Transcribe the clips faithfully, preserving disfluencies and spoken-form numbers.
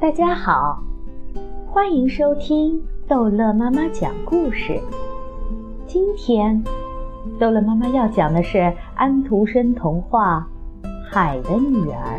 大家好，欢迎收听逗乐妈妈讲故事。今天逗乐妈妈要讲的是安徒生童话《海的女儿》。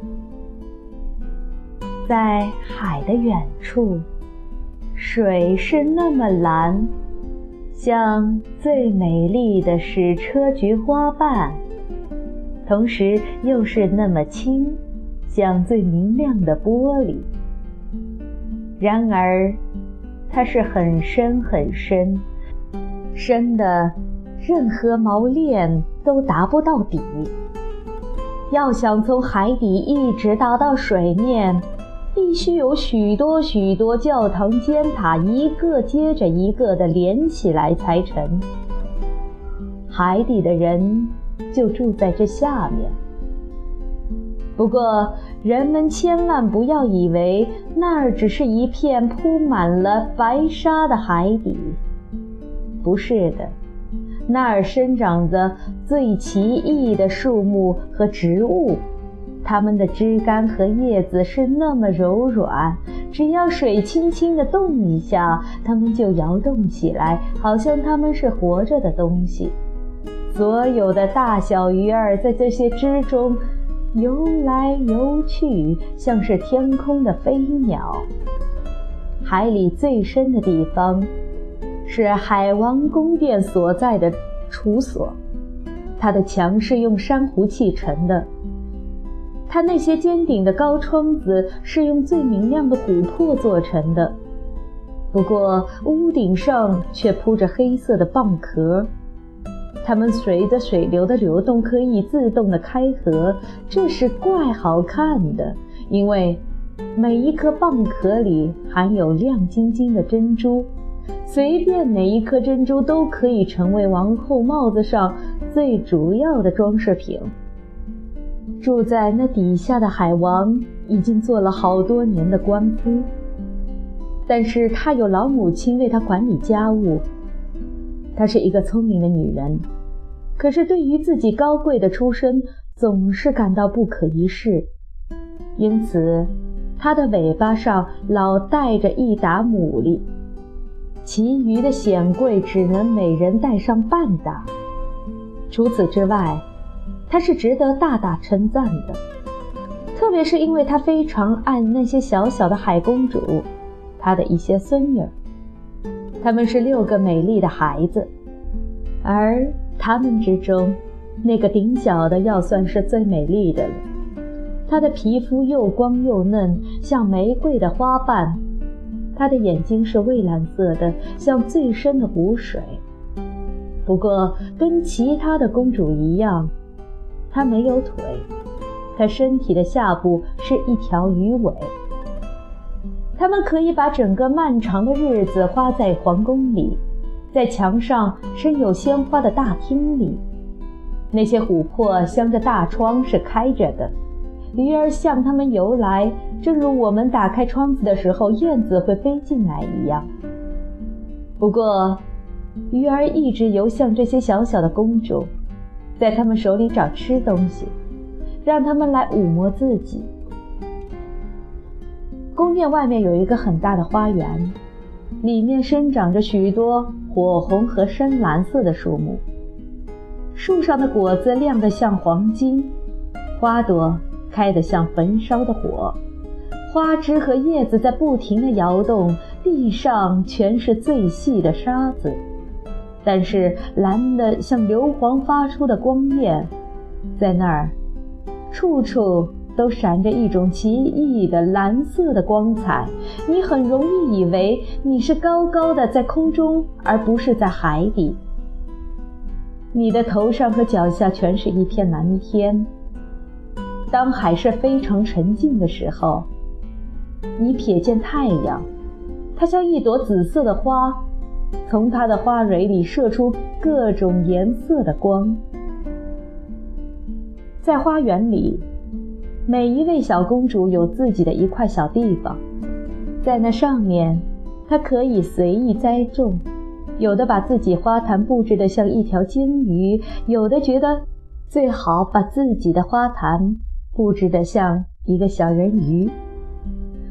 在海的远处，水是那么蓝，像最美丽的矢车菊花瓣，同时又是那么清，像最明亮的玻璃。然而它是很深很深，深的任何锚链都达不到底。要想从海底一直达到水面，必须有许多许多教堂尖塔一个接着一个地连起来才成。海底的人就住在这下面。不过人们千万不要以为那儿只是一片铺满了白沙的海底，不是的，那儿生长着最奇异的树木和植物，它们的枝干和叶子是那么柔软，只要水轻轻地动一下，它们就摇动起来，好像它们是活着的东西。所有的大小鱼儿在这些枝中游来游去，像是天空的飞鸟。海里最深的地方是海王宫殿所在的处所，它的墙是用珊瑚砌成的，它那些尖顶的高窗子是用最明亮的琥珀做成的，不过屋顶上却铺着黑色的蚌壳，它们随着水流的流动可以自动地开合，这是怪好看的，因为每一颗蚌壳里含有亮晶晶的珍珠，随便哪一颗珍珠都可以成为王后帽子上最主要的装饰品。住在那底下的海王已经做了好多年的官夫，但是他有老母亲为他管理家务。她是一个聪明的女人，可是对于自己高贵的出身总是感到不可一世，因此她的尾巴上老带着一打牡蛎，其余的显贵只能每人带上半打。除此之外，她是值得大大称赞的，特别是因为她非常爱那些小小的海公主，她的一些孙女儿。她们是六个美丽的孩子，而她们之中，那个顶小的要算是最美丽的了。她的皮肤又光又嫩，像玫瑰的花瓣，她的眼睛是蔚蓝色的，像最深的湖水。不过跟其他的公主一样，她没有腿，她身体的下部是一条鱼尾。她们可以把整个漫长的日子花在皇宫里，在墙上生有鲜花的大厅里，那些琥珀镶着大窗是开着的，鱼儿向它们游来，正如我们打开窗子的时候燕子会飞进来一样。不过鱼儿一直游向这些小小的公主，在她们手里找吃东西，让她们来抚摸自己。宫殿外面有一个很大的花园，里面生长着许多火红和深蓝色的树木，树上的果子亮得像黄金，花朵开得像焚烧的火，花枝和叶子在不停地摇动，地上全是最细的沙子，但是蓝得像硫磺发出的光焰，在那儿处处都闪着一种奇异的蓝色的光彩，你很容易以为你是高高的在空中，而不是在海底。你的头上和脚下全是一片蓝天。当海是非常沉静的时候，你瞥见太阳，它像一朵紫色的花，从它的花蕊里射出各种颜色的光。在花园里，每一位小公主有自己的一块小地方，在那上面她可以随意栽种，有的把自己花坛布置得像一条鲸鱼，有的觉得最好把自己的花坛布置得像一个小人鱼。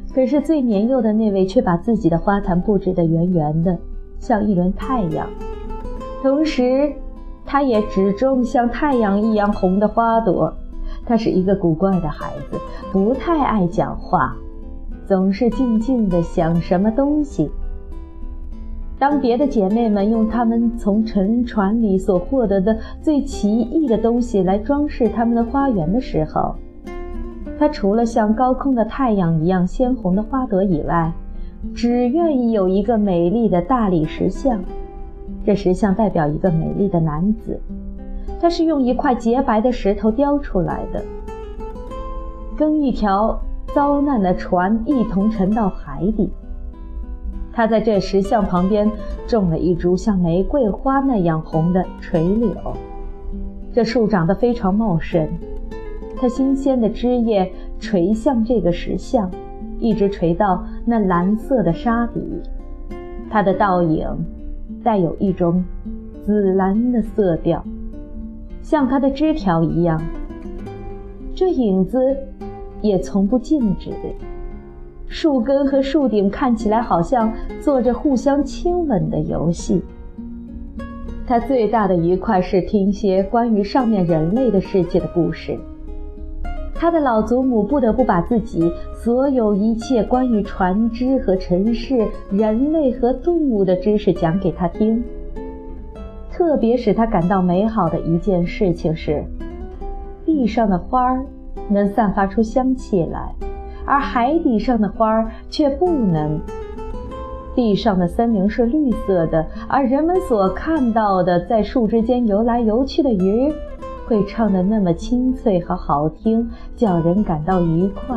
可是最年幼的那位却把自己的花坛布置得圆圆的，像一轮太阳。同时，他也只种像太阳一样红的花朵。他是一个古怪的孩子，不太爱讲话，总是静静地想什么东西。当别的姐妹们用她们从沉船里所获得的最奇异的东西来装饰她们的花园的时候，她除了像高空的太阳一样鲜红的花朵以外，只愿意有一个美丽的大理石像。这石像代表一个美丽的男子，它是用一块洁白的石头雕出来的，跟一条遭难的船一同沉到海底。他在这石像旁边种了一株像玫瑰花那样红的垂柳，这树长得非常茂盛，它新鲜的枝叶垂向这个石像，一直垂到那蓝色的沙底。它的倒影带有一种紫蓝的色调，像它的枝条一样，这影子也从不静止。树根和树顶看起来好像做着互相亲吻的游戏。他最大的愉快是听些关于上面人类的世界的故事。他的老祖母不得不把自己所有一切关于船只和城市、人类和动物的知识讲给他听。特别使他感到美好的一件事情是，地上的花儿能散发出香气来，而海底上的花儿却不能。地上的森林是绿色的，而人们所看到的在树枝间游来游去的鱼会唱得那么清脆和好听，叫人感到愉快。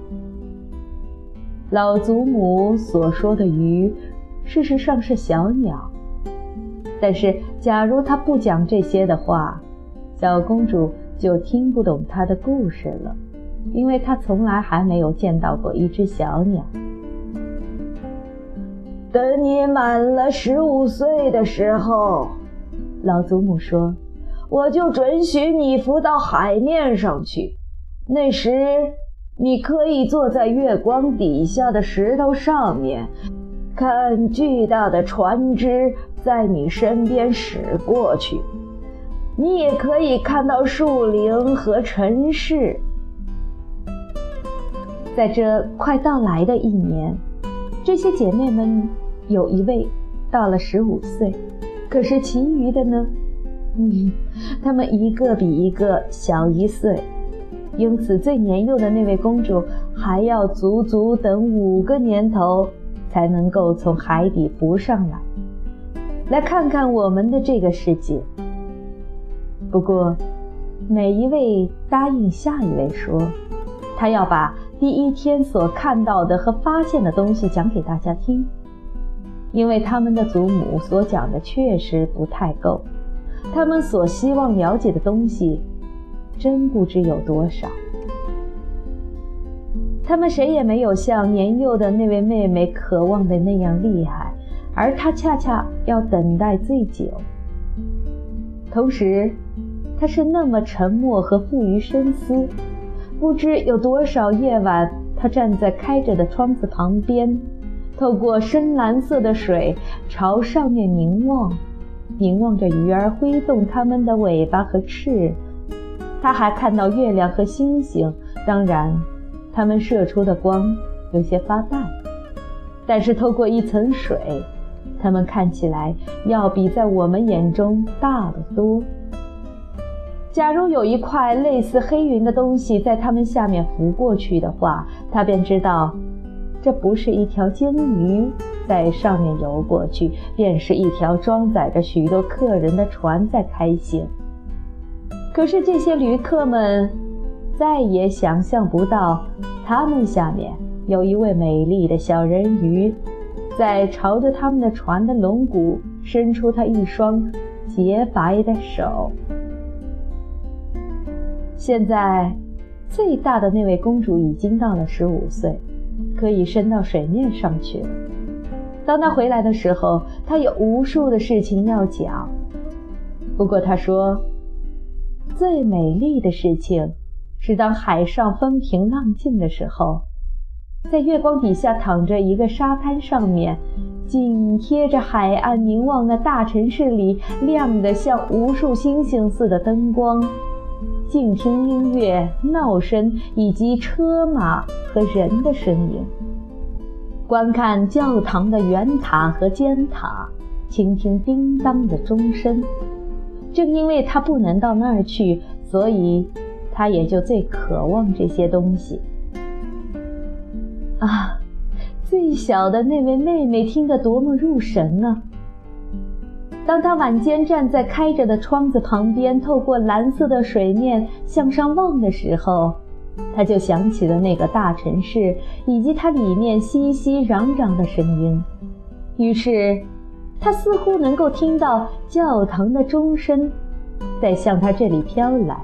老祖母所说的鱼事实上是小鸟，但是假如她不讲这些的话，小公主就听不懂她的故事了，因为她从来还没有见到过一只小鸟。等你满了十五岁的时候，老祖母说，我就准许你浮到海面上去。那时你可以坐在月光底下的石头上面，看巨大的船只在你身边驶过去。你也可以看到树林和城市。在这快到来的一年，这些姐妹们有一位到了十五岁，可是其余的呢？嗯，她们一个比一个小一岁，因此最年幼的那位公主还要足足等五个年头才能够从海底浮上来，来看看我们的这个世界。不过，每一位答应下一位说，他要把第一天所看到的和发现的东西讲给大家听，因为他们的祖母所讲的确实不太够，他们所希望了解的东西真不知有多少。他们谁也没有像年幼的那位妹妹渴望的那样厉害，而她恰恰要等待最久。同时，她是那么沉默和富于深思，不知有多少夜晚，她站在开着的窗子旁边，透过深蓝色的水朝上面凝望，凝望着鱼儿挥动它们的尾巴和翅。她还看到月亮和星星，当然它们射出的光有些发淡，但是透过一层水，它们看起来要比在我们眼中大得多。假如有一块类似黑云的东西在它们下面浮过去的话，他便知道这不是一条鲸鱼在上面游过去，便是一条装载着许多客人的船在开行。可是这些旅客们再也想象不到，他们下面有一位美丽的小人鱼，在朝着他们的船的龙骨伸出他一双洁白的手。现在最大的那位公主已经到了十五岁，可以升到水面上去了。当她回来的时候，她有无数的事情要讲。不过她说，最美丽的事情是当海上风平浪静的时候， 在月光底下躺着一个沙滩上面，紧贴着海岸凝望的大城市里亮得像无数星星似的灯光，静听音乐、闹声以及车马和人的声音，观看教堂的圆塔和尖塔，倾听叮当的钟声。正因为他不能到那儿去，所以他也就最渴望这些东西。啊，最小的那位妹妹听得多么入神啊！当她晚间站在开着的窗子旁边，透过蓝色的水面向上望的时候，她就想起了那个大城市以及它里面熙熙攘攘的声音。于是她似乎能够听到教堂的钟声在向她这里飘来。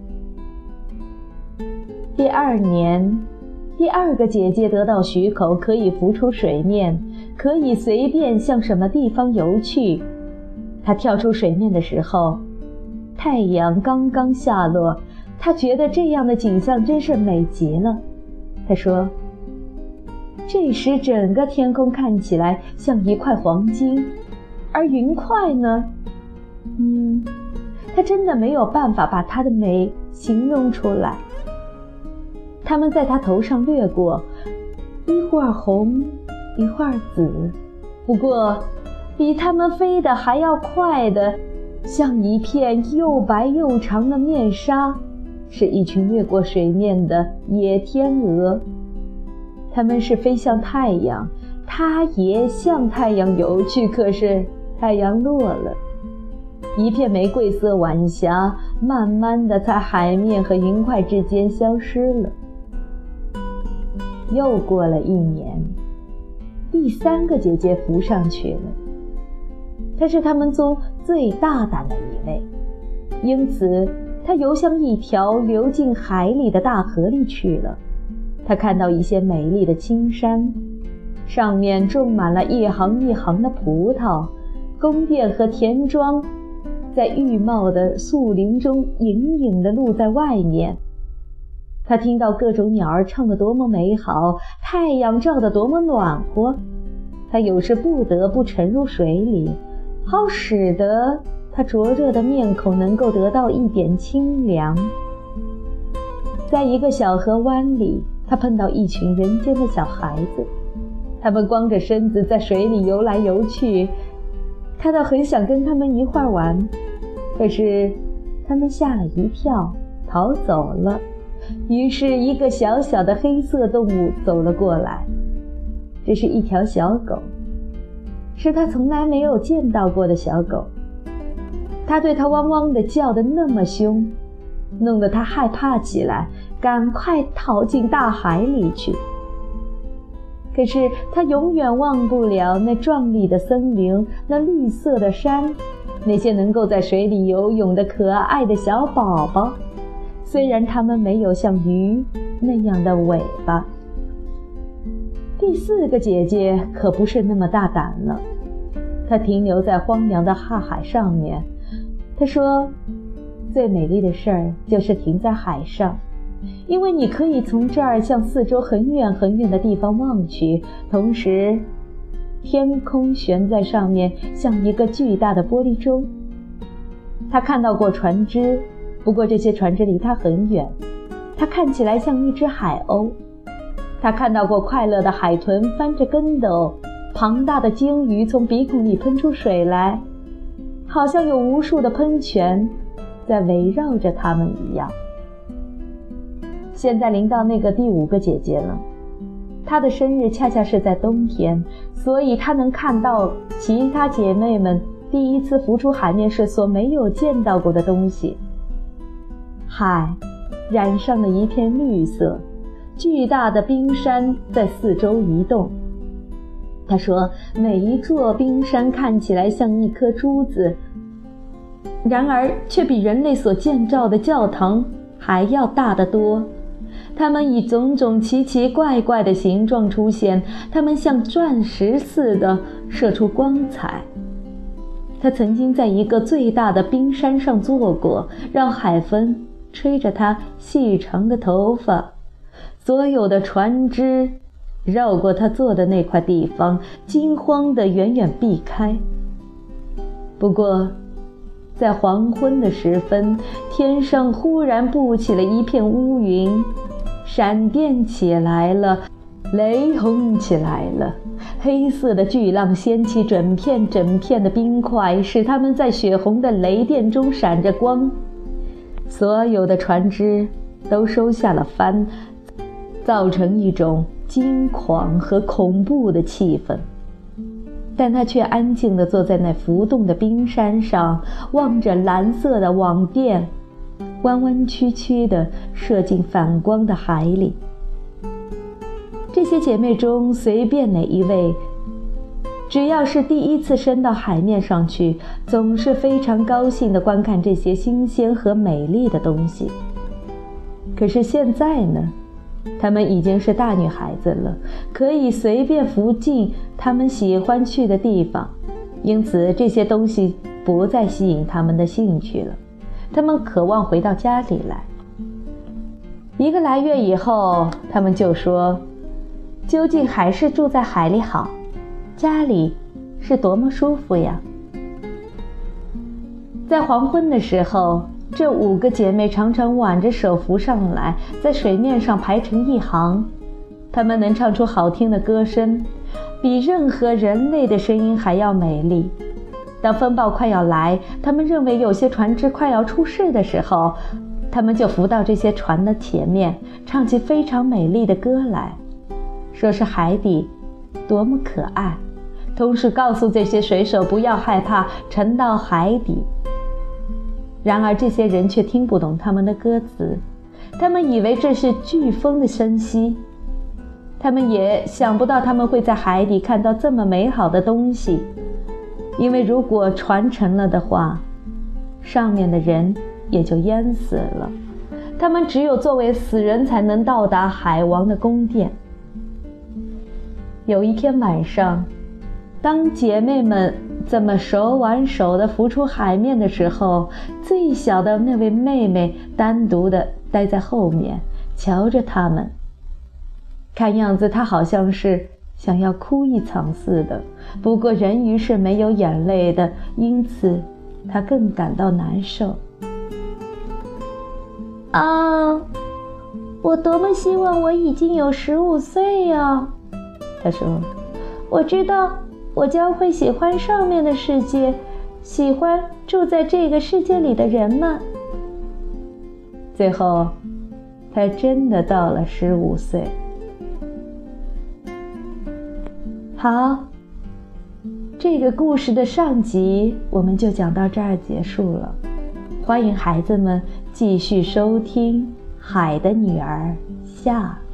第二年，第二个姐姐得到许可，可以浮出水面，可以随便向什么地方游去。她跳出水面的时候，太阳刚刚下落，她觉得这样的景象真是美极了。她说，这时整个天空看起来像一块黄金，而云块呢，嗯，她真的没有办法把它的美形容出来。它们在她头上掠过，一会儿红，一会儿紫，不过比它们飞得还要快的，像一片又白又长的面纱，是一群掠过水面的野天鹅。它们是飞向太阳，它也向太阳游去，可是太阳落了，一片玫瑰色晚霞慢慢地在海面和云块之间消失了。又过了一年，第三个姐姐浮上去了。她是她们中最大胆的一位，因此她游向一条流进海里的大河里去了。她看到一些美丽的青山，上面种满了一行一行的葡萄，宫殿和田庄在郁茂的树林中隐隐地露在外面。他听到各种鸟儿唱得多么美好，太阳照得多么暖和。他有时不得不沉入水里，好使得他灼热的面孔能够得到一点清凉。在一个小河湾里，他碰到一群人间的小孩子，他们光着身子在水里游来游去，他倒很想跟他们一块玩，可是他们吓了一跳，逃走了。于是一个小小的黑色动物走了过来，这是一条小狗，是他从来没有见到过的小狗。他对它汪汪地叫得那么凶，弄得他害怕起来，赶快逃进大海里去。可是他永远忘不了那壮丽的森林，那绿色的山，那些能够在水里游泳的可爱的小宝宝，虽然它们没有像鱼那样的尾巴。第四个姐姐可不是那么大胆了，她停留在荒凉的大海上面。她说，最美丽的事儿就是停在海上，因为你可以从这儿向四周很远很远的地方望去，同时天空悬在上面像一个巨大的玻璃钟。她看到过船只，不过这些船只离他很远，他看起来像一只海鸥。他看到过快乐的海豚翻着跟斗，庞大的鲸鱼从鼻孔里喷出水来，好像有无数的喷泉在围绕着他们一样。现在临到那个第五个姐姐了，她的生日恰恰是在冬天，所以她能看到其他姐妹们第一次浮出海面时所没有见到过的东西。海染上了一片绿色，巨大的冰山在四周移动。他说，每一座冰山看起来像一颗珠子，然而却比人类所建造的教堂还要大得多。它们以种种奇奇怪怪的形状出现，它们像钻石似的射出光彩。他曾经在一个最大的冰山上坐过，让海风吹着他细长的头发，所有的船只绕过他坐的那块地方，惊慌地远远避开。不过在黄昏的时分，天上忽然布起了一片乌云，闪电起来了，雷轰起来了，黑色的巨浪掀起整片整片的冰块，使它们在血红的雷电中闪着光。所有的船只都收下了帆，造成一种惊狂和恐怖的气氛。但他却安静地坐在那浮动的冰山上，望着蓝色的网电弯弯曲曲地射进反光的海里。这些姐妹中随便哪一位，只要是第一次升到海面上去，总是非常高兴地观看这些新鲜和美丽的东西。可是现在呢，她们已经是大女孩子了，可以随便浮进她们喜欢去的地方，因此这些东西不再吸引她们的兴趣了。她们渴望回到家里来。一个来月以后，她们就说，究竟还是住在海里好，家里是多么舒服呀。在黄昏的时候，这五个姐妹常常挽着手浮上来，在水面上排成一行。她们能唱出好听的歌声，比任何人类的声音还要美丽。当风暴快要来，她们认为有些船只快要出事的时候，她们就浮到这些船的前面，唱起非常美丽的歌来，说是海底多么可爱，同时告诉这些水手不要害怕沉到海底。然而这些人却听不懂他们的歌词，他们以为这是飓风的声息，他们也想不到他们会在海底看到这么美好的东西，因为如果船沉了的话，上面的人也就淹死了，他们只有作为死人才能到达海王的宫殿。有一天晚上，当姐妹们这么手挽手地浮出海面的时候，最小的那位妹妹单独地待在后面，瞧着她们。看样子她好像是想要哭一场似的，不过人鱼是没有眼泪的，因此她更感到难受。啊，我多么希望我已经有十五岁呀！她说，我知道我将会喜欢上面的世界，喜欢住在这个世界里的人们。最后，他真的到了十五岁。好，这个故事的上集我们就讲到这儿结束了。欢迎孩子们继续收听《海的女儿》下。